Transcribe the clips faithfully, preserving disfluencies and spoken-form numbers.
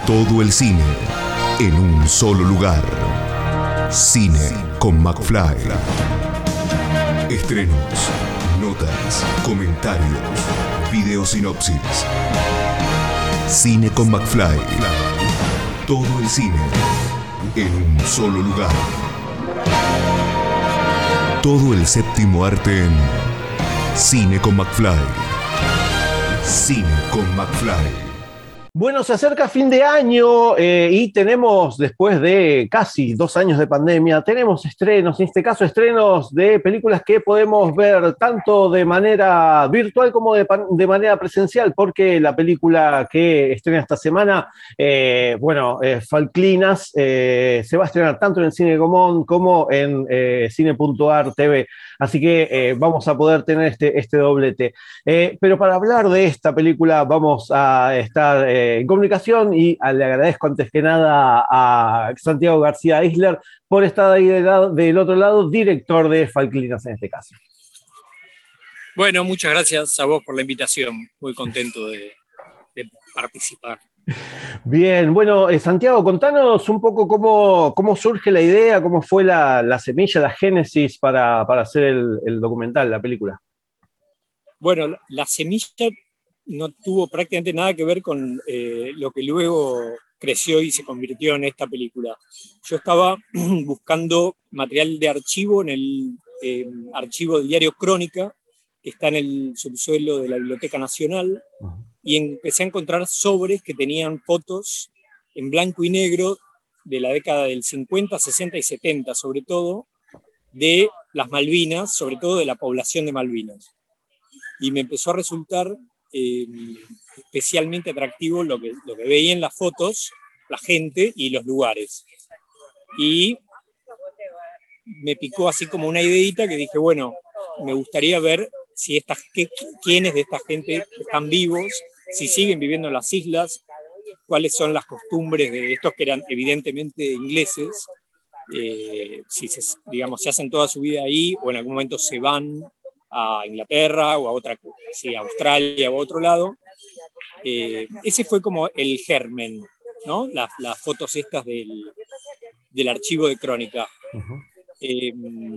Todo el cine en un solo lugar. Cine con McFly. Estrenos, notas, comentarios, video sinopsis. Cine con McFly. Todo el cine en un solo lugar. Todo el séptimo arte en Cine con McFly. Cine con McFly. Bueno, se acerca fin de año eh, y tenemos, después de casi dos años de pandemia, tenemos estrenos, en este caso estrenos de películas que podemos ver tanto de manera virtual como de, de manera presencial, porque la película que estrena esta semana, eh, bueno, eh, Falklinas, eh, se va a estrenar tanto en el Cine Común como en eh, Cine punto ar T V, así que eh, vamos a poder tener este, este doblete. Eh, pero para hablar de esta película vamos a estar... Eh, en comunicación y le agradezco antes que nada a Santiago García Isler por estar ahí del, lado, del otro lado, director de Falklinas en este caso. Bueno, muchas gracias a vos por la invitación, muy contento de, de participar. Bien, bueno, eh, Santiago, contanos un poco cómo, cómo surge la idea, cómo fue la, la semilla, la génesis para, para hacer el, el documental, la película. Bueno, la, la semilla no tuvo prácticamente nada que ver con eh, lo que luego creció y se convirtió en esta película. Yo estaba buscando material de archivo en el eh, archivo del diario Crónica, que está en el subsuelo de la Biblioteca Nacional, y empecé a encontrar sobres que tenían fotos en blanco y negro de la década del cincuenta, sesenta y setenta, sobre todo, de las Malvinas, sobre todo de la población de Malvinas. Y me empezó a resultar Eh, especialmente atractivo lo que, lo que veía en las fotos, la gente y los lugares. Y me picó así como una ideita que dije, bueno, me gustaría ver si estas, qué, quiénes de esta gente están vivos, si siguen viviendo en las islas, cuáles son las costumbres de estos que eran evidentemente ingleses, eh, si se, digamos, se hacen toda su vida ahí o en algún momento se van a Inglaterra o a otra, sí, a Australia o a otro lado. Eh, ese fue como el germen, ¿no? Las, las fotos estas del, del archivo de Crónica. Uh-huh. Eh,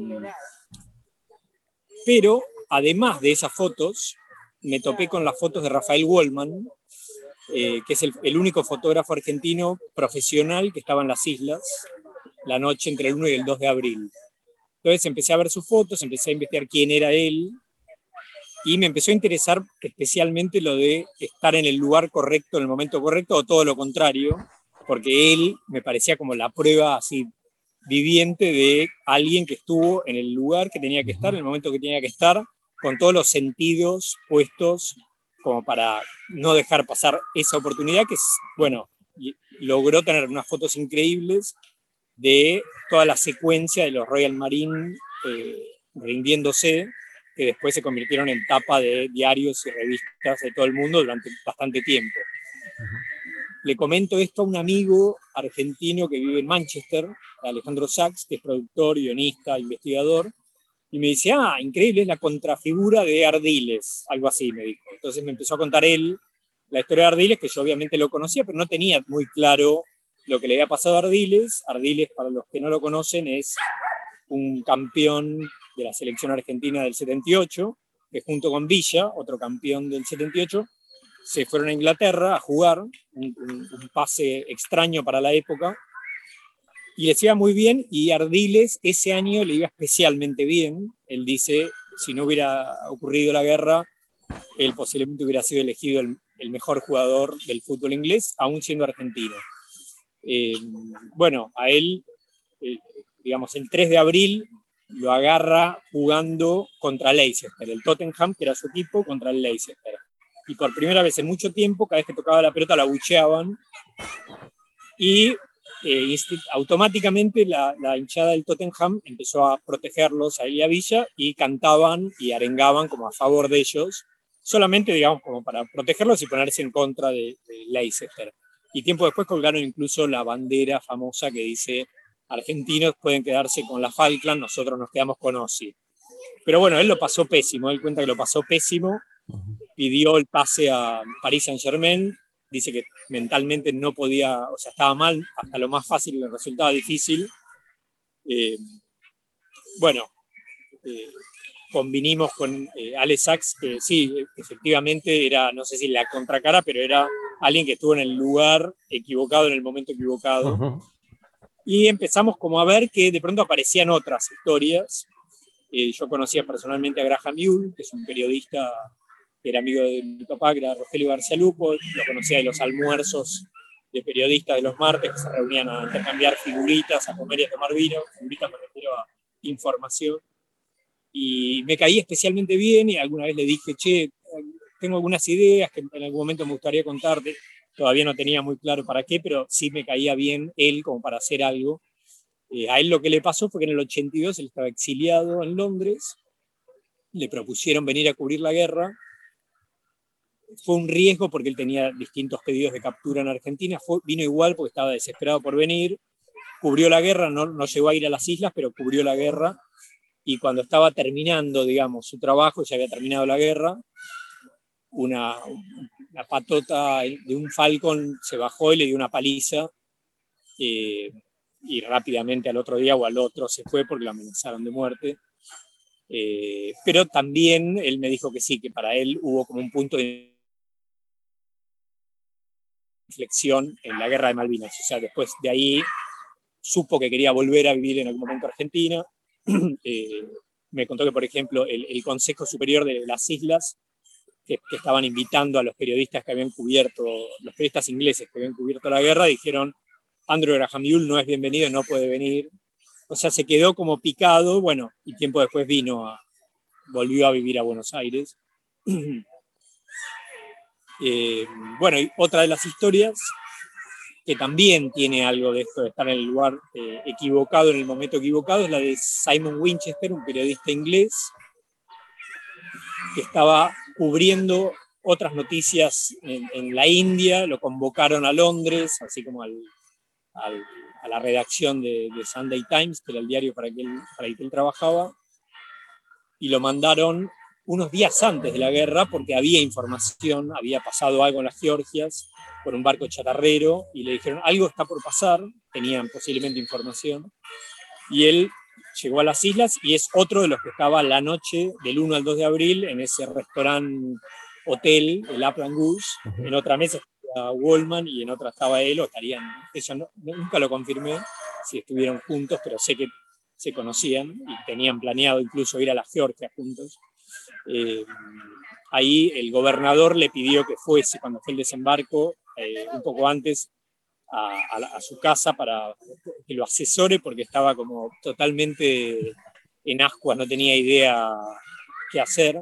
pero, además de esas fotos, me topé con las fotos de Rafael Wallman, eh, que es el, el único fotógrafo argentino profesional que estaba en las islas la noche entre el uno y el dos de abril. Entonces empecé a ver sus fotos, empecé a investigar quién era él y me empezó a interesar especialmente lo de estar en el lugar correcto, en el momento correcto, o todo lo contrario, porque él me parecía como la prueba así viviente de alguien que estuvo en el lugar que tenía que estar, en el momento que tenía que estar, con todos los sentidos puestos como para no dejar pasar esa oportunidad que, bueno, logró tener unas fotos increíbles de toda la secuencia de los Royal Marine eh, rindiéndose, que después se convirtieron en tapa de diarios y revistas de todo el mundo durante bastante tiempo. Uh-huh. Le comento esto a un amigo argentino que vive en Manchester, Alejandro Sachs, que es productor, guionista, investigador, y me dice, ah, increíble, es la contrafigura de Ardiles, algo así me dijo. Entonces me empezó a contar él la historia de Ardiles, que yo obviamente lo conocía, pero no tenía muy claro lo que le había pasado a Ardiles. Ardiles, para los que no lo conocen, es un campeón de la selección argentina del setenta y ocho, que junto con Villa, otro campeón del setenta y ocho, se fueron a Inglaterra a jugar, un, un, un pase extraño para la época, y les iba muy bien, y Ardiles ese año le iba especialmente bien. Él dice, si no hubiera ocurrido la guerra, él posiblemente hubiera sido elegido el, el mejor jugador del fútbol inglés, aún siendo argentino. Eh, bueno, a él, eh, digamos, el tres de abril lo agarra jugando contra Leicester, el Tottenham, que era su equipo, contra el Leicester. Y por primera vez en mucho tiempo, cada vez que tocaba la pelota la abucheaban, y eh, automáticamente la, la hinchada del Tottenham empezó a protegerlos a él y a Villa, y cantaban y arengaban como a favor de ellos, solamente, digamos, como para protegerlos y ponerse en contra de, de Leicester. Y tiempo después colgaron incluso la bandera famosa que dice, argentinos pueden quedarse con la Falkland, nosotros nos quedamos con Ossi. Pero bueno, él lo pasó pésimo, él cuenta que lo pasó pésimo, pidió el pase a Paris Saint-Germain, dice que mentalmente no podía, o sea, estaba mal, hasta lo más fácil le resultaba difícil. Eh, bueno, eh, convinimos con eh, Ale Sachs, que sí, efectivamente era, no sé si la contracara, pero era alguien que estuvo en el lugar equivocado, en el momento equivocado. Uh-huh. Y empezamos como a ver que de pronto aparecían otras historias. Eh, yo conocía personalmente a Graham Yule, que es un periodista que era amigo de mi papá, que era Rogelio García Lupo. Lo conocía de los almuerzos de periodistas de los martes, que se reunían a intercambiar figuritas, a comer y a tomar vino. Figuritas me refiero a información. Y me caí especialmente bien y alguna vez le dije, che, tengo algunas ideas que en algún momento me gustaría contarte. Todavía no tenía muy claro para qué, pero sí me caía bien él como para hacer algo. Eh, a él lo que le pasó fue que en el ochenta y dos él estaba exiliado en Londres, le propusieron venir a cubrir la guerra. Fue un riesgo porque él tenía distintos pedidos de captura en Argentina. Fue, vino igual porque estaba desesperado por venir. Cubrió la guerra, no, no llegó a ir a las islas, pero cubrió la guerra. Y cuando estaba terminando, digamos, su trabajo, ya había terminado la guerra, una, una patota de un falcón se bajó y le dio una paliza. Eh, y rápidamente al otro día o al otro se fue porque lo amenazaron de muerte. Eh, pero también él me dijo que sí, que para él hubo como un punto de inflexión en la guerra de Malvinas. O sea, después de ahí supo que quería volver a vivir en algún momento a Argentina. Eh, me contó que, por ejemplo, el, el Consejo Superior de las Islas, que, que estaban invitando a los periodistas que habían cubierto, los periodistas ingleses que habían cubierto la guerra, dijeron, Andrew Graham Yule no es bienvenido, no puede venir. O sea, se quedó como picado, bueno, y tiempo después vino a, volvió a vivir a Buenos Aires. eh, bueno, y otra de las historias que también tiene algo de esto de estar en el lugar eh, equivocado, en el momento equivocado, es la de Simon Winchester, un periodista inglés que estaba cubriendo otras noticias en, en la India, lo convocaron a Londres, así como al, al, a la redacción de, de Sunday Times, que era el diario para, que él, para el que él trabajaba, y lo mandaron unos días antes de la guerra porque había información, había pasado algo en las Georgias, por un barco chatarrero, y le dijeron, algo está por pasar, tenían posiblemente información, y él llegó a las islas y es otro de los que estaba la noche del uno al dos de abril en ese restaurante hotel, el Upland Goose. Uh-huh. En otra mesa estaba Wallman y en otra estaba él, o estarían, eso no, nunca lo confirmé si estuvieron juntos, pero sé que se conocían y tenían planeado incluso ir a la Georgia juntos. Eh, ahí el gobernador le pidió que fuese, cuando fue el desembarco, eh, un poco antes, a, a, a su casa para que lo asesore, porque estaba como totalmente en ascuas, no tenía idea qué hacer.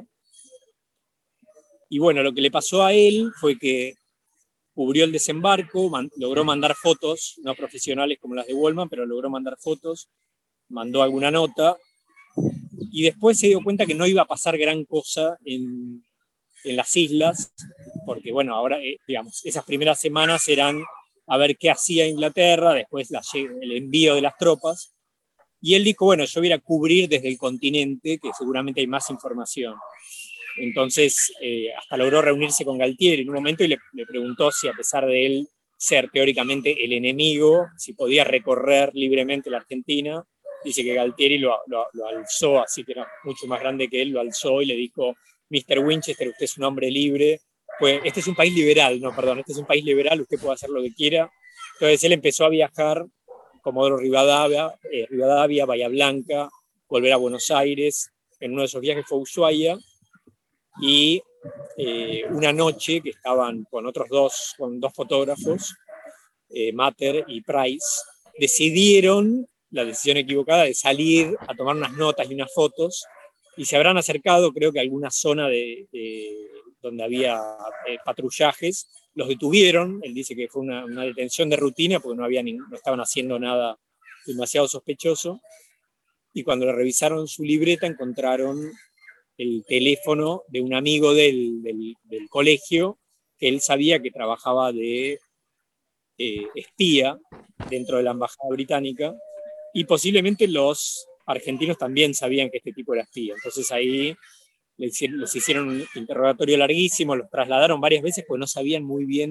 Y bueno, lo que le pasó a él fue que cubrió el desembarco, man, logró mandar fotos, no profesionales como las de Wallman, pero logró mandar fotos, mandó alguna nota, y después se dio cuenta que no iba a pasar gran cosa en, en las islas, porque bueno, ahora, eh, digamos, esas primeras semanas eran a ver qué hacía Inglaterra, después la, el envío de las tropas, y él dijo, bueno, yo voy a ir a cubrir desde el continente, que seguramente hay más información. Entonces, eh, hasta logró reunirse con Galtieri en un momento y le, le preguntó si, a pesar de él ser teóricamente el enemigo, si podía recorrer libremente la Argentina. Dice que Galtieri lo, lo, lo alzó, así que era mucho más grande que él, lo alzó y le dijo, mister Winchester, usted es un hombre libre. Pues, este es un país liberal, no, perdón, este es un país liberal, usted puede hacer lo que quiera. Entonces él empezó a viajar, Comodoro Rivadavia, eh, Rivadavia, Bahía Blanca, volver a Buenos Aires. En uno de esos viajes fue a Ushuaia, y eh, una noche que estaban con otros dos, con dos fotógrafos, eh, Matter y Price, decidieron, la decisión equivocada, de salir a tomar unas notas y unas fotos, y se habrán acercado, creo que a alguna zona de, de, donde había eh, patrullajes, los detuvieron. Él dice que fue una, una detención de rutina porque no, había ni, no estaban haciendo nada demasiado sospechoso, y cuando le revisaron su libreta encontraron el teléfono de un amigo del, del, del colegio, que él sabía que trabajaba de eh, espía dentro de la embajada británica, y posiblemente los argentinos también sabían que este tipo era espía. Entonces ahí les, les hicieron un interrogatorio larguísimo, los trasladaron varias veces porque no sabían muy bien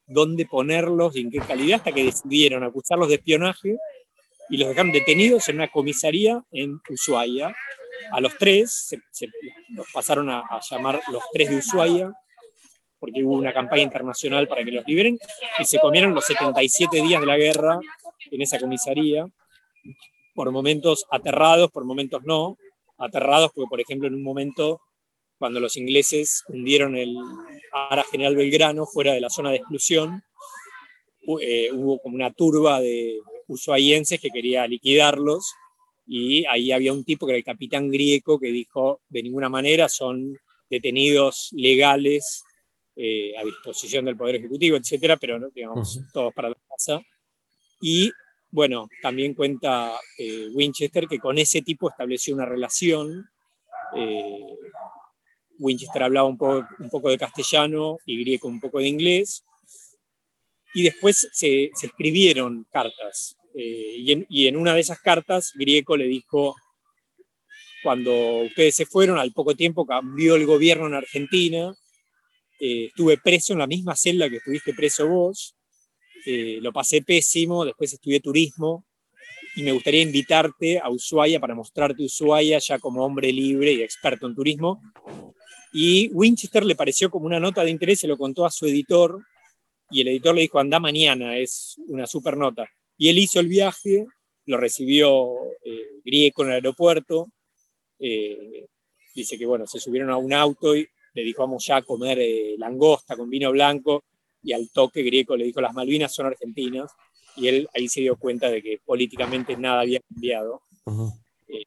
dónde ponerlos y en qué calidad, hasta que decidieron acusarlos de espionaje y los dejaron detenidos en una comisaría en Ushuaia. A los tres, se, se, los pasaron a, a llamar los tres de Ushuaia, porque hubo una campaña internacional para que los liberen, y se comieron los setenta y siete días de la guerra en esa comisaría, por momentos aterrados, por momentos no. Aterrados porque, por ejemplo, en un momento, cuando los ingleses hundieron el Ara General Belgrano fuera de la zona de exclusión, eh, hubo como una turba de ushuaienses que quería liquidarlos, y ahí había un tipo que era el capitán Grieco que dijo, de ninguna manera son detenidos legales eh, a disposición del Poder Ejecutivo, etcétera, pero digamos, uh-huh. todos para la casa. Y bueno, también cuenta eh, Winchester que con ese tipo estableció una relación. Eh, Winchester hablaba un poco, un poco de castellano y Grieco un poco de inglés, y después se, se escribieron cartas. Eh, y, en, y en una de esas cartas, Grieco le dijo, cuando ustedes se fueron, al poco tiempo cambió el gobierno en Argentina, eh, estuve preso en la misma celda que estuviste preso vos, eh, lo pasé pésimo, después estudié turismo, y me gustaría invitarte a Ushuaia para mostrarte Ushuaia ya como hombre libre y experto en turismo. Y Winchester le pareció como una nota de interés, se lo contó a su editor, y el editor le dijo, anda mañana, es una super nota. Y él hizo el viaje, lo recibió eh, Grieco en el aeropuerto, eh, dice que bueno, se subieron a un auto y le dijo, vamos ya a comer eh, langosta con vino blanco, y al toque Grieco le dijo, las Malvinas son argentinas, y él ahí se dio cuenta de que políticamente nada había cambiado. Uh-huh. eh,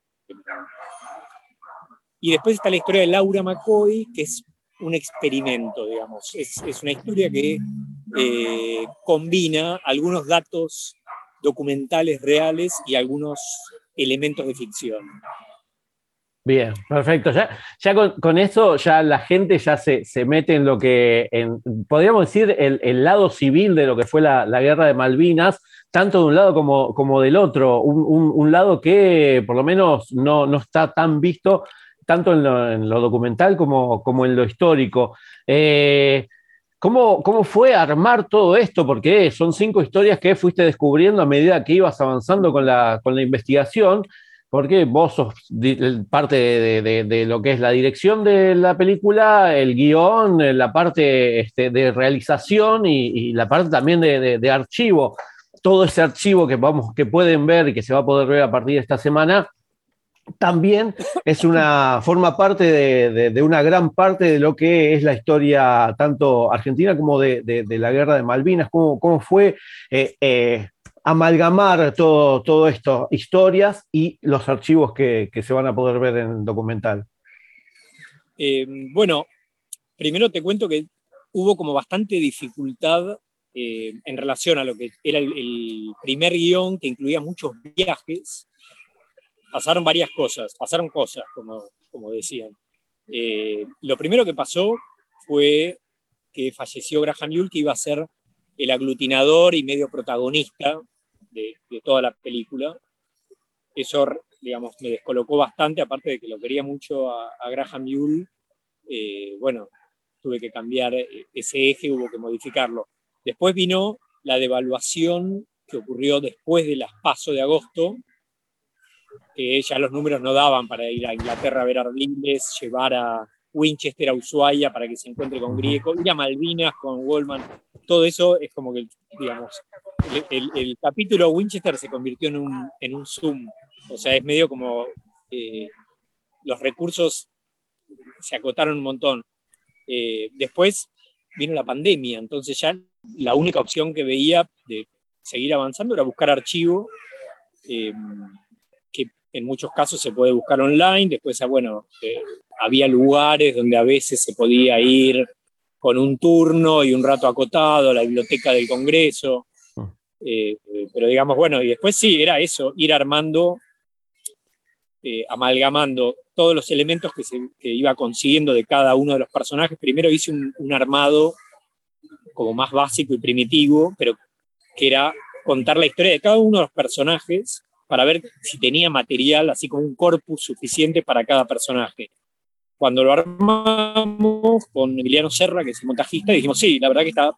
y después está la historia de Laura McCoy, que es un experimento, digamos, es, es una historia que eh, combina algunos datos documentales reales y algunos elementos de ficción. Bien, perfecto. Ya, ya con, con eso ya la gente ya se, se mete en lo que, en, podríamos decir, el, el lado civil de lo que fue la, la guerra de Malvinas, tanto de un lado como, como del otro. Un, un, un lado que por lo menos no, no está tan visto, tanto en lo, en lo documental como, como en lo histórico. Eh, ¿Cómo, ¿Cómo fue armar todo esto? Porque son cinco historias que fuiste descubriendo a medida que ibas avanzando con la, con la investigación, porque vos sos parte de, de, de lo que es la dirección de la película, el guión, la parte este, de realización y, y la parte también de, de, de archivo. Todo ese archivo que, vamos, que pueden ver y que se va a poder ver a partir de esta semana, también es una, forma parte de, de, de una gran parte de lo que es la historia tanto argentina como de, de, de la guerra de Malvinas. ¿Cómo, cómo fue eh, eh, amalgamar todo, todo esto, historias y los archivos que, que se van a poder ver en el documental? Eh, bueno, primero te cuento que hubo como bastante dificultad eh, en relación a lo que era el, el primer guión, que incluía muchos viajes. Pasaron varias cosas, pasaron cosas, como, como decían. Eh, lo primero que pasó fue que falleció Graham Yull, que iba a ser el aglutinador y medio protagonista de, de toda la película. Eso, digamos, me descolocó bastante, aparte de que lo quería mucho a, a Graham Yull. Eh, bueno, tuve que cambiar ese eje, hubo que modificarlo. Después vino la devaluación que ocurrió después de las PASO de agosto, que ya los números no daban para ir a Inglaterra a ver a Ardiles, llevar a Winchester a Ushuaia para que se encuentre con Grieco, ir a Malvinas con Wallman. Todo eso es como que, digamos, el, el, el capítulo Winchester se convirtió en un, en un Zoom. O sea, es medio como eh, los recursos se acotaron un montón. Eh, después vino la pandemia, entonces ya la única opción que veía de seguir avanzando era buscar archivo, eh, que en muchos casos se puede buscar online. Después, bueno, eh, había lugares donde a veces se podía ir con un turno y un rato acotado, a la biblioteca del Congreso, eh, pero digamos, bueno, y después sí, era eso, ir armando, eh, amalgamando todos los elementos que, se, que iba consiguiendo de cada uno de los personajes. Primero hice un, un armado como más básico y primitivo, pero que era contar la historia de cada uno de los personajes para ver si tenía material, así como un corpus suficiente para cada personaje. Cuando lo armamos con Emiliano Serra, que es el montajista, dijimos, sí, la verdad que está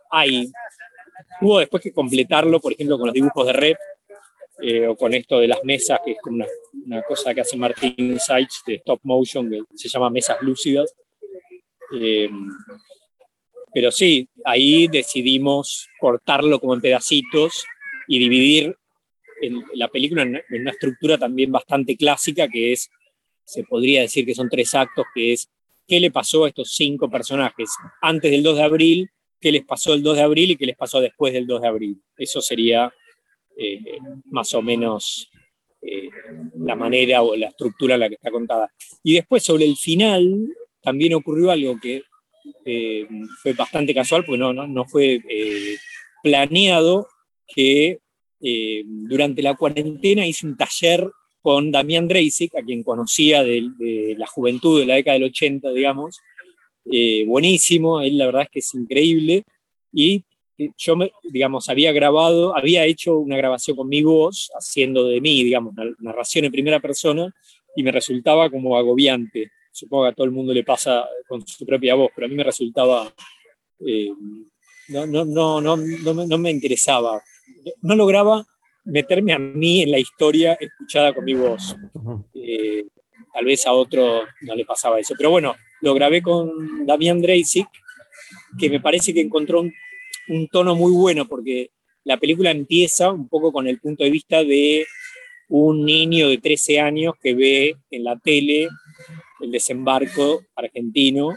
hay. Hubo después que completarlo, por ejemplo, con los dibujos de Rep, eh, o con esto de las mesas, que es como una, una cosa que hace Martin Sykes de stop motion, que se llama mesas lúcidas. Eh, pero sí, ahí decidimos cortarlo como en pedacitos y dividir en la película en, en una estructura también bastante clásica, que es, se podría decir que son tres actos, que es qué le pasó a estos cinco personajes antes del dos de abril, qué les pasó el dos de abril y qué les pasó después del dos de abril. Eso sería eh, más o menos eh, la manera o la estructura en la que está contada. Y después, sobre el final, también ocurrió algo que eh, fue bastante casual, porque no, no, no fue eh, planeado, que eh, durante la cuarentena hice un taller con Damián Dreisig, a quien conocía de, de la juventud de la década del ochenta, digamos. Eh, buenísimo, él la verdad es que es increíble, y yo, me, digamos, había grabado, había hecho una grabación con mi voz, haciendo de mí, digamos, una narración en primera persona, y me resultaba como agobiante. Supongo que a todo el mundo le pasa con su propia voz, pero a mí me resultaba, eh, no, no, no, no, no, me, no me interesaba, no lograba meterme a mí en la historia escuchada con mi voz. Eh, tal vez a otro no le pasaba eso, pero bueno, lo grabé con Damián Dreisig, que me parece que encontró un, un tono muy bueno, porque la película empieza un poco con el punto de vista de un niño de trece años que ve en la tele el desembarco argentino.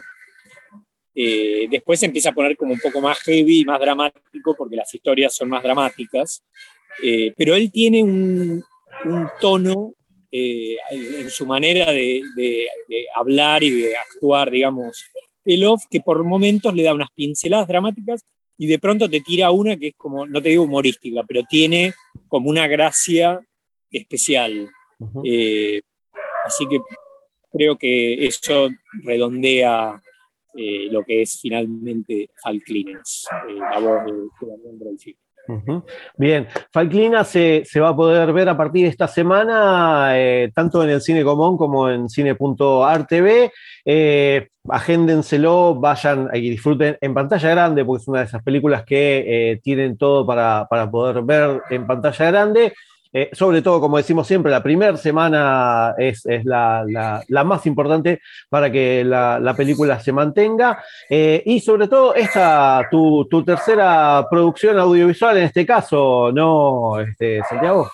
Eh, después se empieza a poner como un poco más heavy, más dramático, porque las historias son más dramáticas, eh, pero él tiene un, un tono eh, en su manera de, de, de hablar y de actuar, digamos, el off, que por momentos le da unas pinceladas dramáticas y de pronto te tira una que es como, no te digo humorística, pero tiene como una gracia especial. Uh-huh. Eh, así que creo que eso redondea eh, lo que es finalmente Falklinas, eh, la voz de Damián Dreisig. Uh-huh. Bien, Falklinas se, se va a poder ver a partir de esta semana, eh, tanto en el Cine Común como en cine punto ar te ve. Eh, agéndenselo, vayan y disfruten en pantalla grande, porque es una de esas películas que eh, tienen todo para, para poder ver en pantalla grande. Eh, sobre todo, como decimos siempre, la primera semana es, es la, la, la más importante para que la, la película se mantenga. Eh, y sobre todo, esta, tu, tu tercera producción audiovisual en este caso, ¿no, este, Santiago?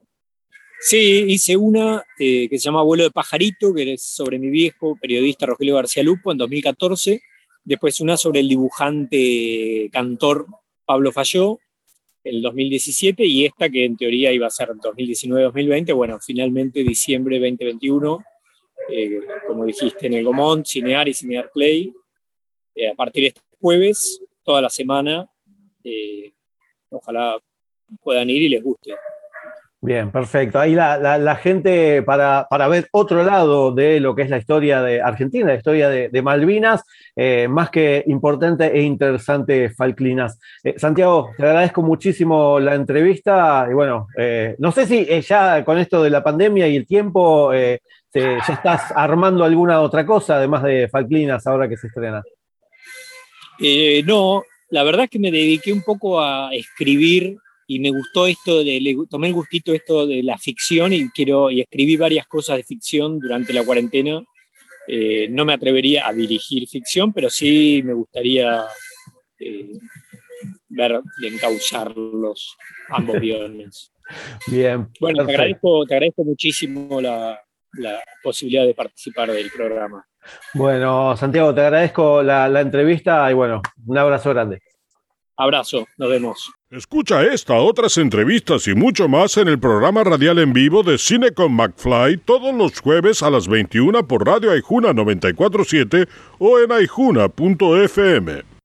Sí, hice una eh, que se llama Vuelo de Pajarito, que es sobre mi viejo periodista Rogelio García Lupo en dos mil catorce. Después una sobre el dibujante cantor Pablo Falló, el dos mil diecisiete, y esta que en teoría iba a ser dos mil diecinueve dos mil veinte, bueno, finalmente diciembre veinte veintiuno, eh, como dijiste, en el Gomont, Cinear y Cinear Play, eh, a partir de este jueves, toda la semana, eh, ojalá puedan ir y les guste. Bien, perfecto. Ahí la, la, la gente, para, para ver otro lado de lo que es la historia de Argentina, la historia de, de Malvinas, eh, más que importante e interesante, Falklinas. Eh, Santiago, te agradezco muchísimo la entrevista. Y bueno, eh, no sé si eh, ya con esto de la pandemia y el tiempo, eh, te, ya estás armando alguna otra cosa, además de Falklinas, ahora que se estrena. Eh, no, la verdad es que me dediqué un poco a escribir. Y me gustó esto, de, le tomé el gustito esto de la ficción y, quiero, y escribí varias cosas de ficción durante la cuarentena. Eh, no me atrevería a dirigir ficción, pero sí me gustaría eh, ver y encauzarlos ambos guiones. Bien. Bueno, te agradezco, te agradezco muchísimo la, la posibilidad de participar del programa. Bueno, Santiago, te agradezco la, la entrevista y bueno, un abrazo grande. Abrazo, nos vemos. Escucha esta, otras entrevistas y mucho más en el programa radial en vivo de Cine con McFly todos los jueves a las veintiuna por Radio Aijuna noventa y cuatro punto siete o en aijuna punto efe eme.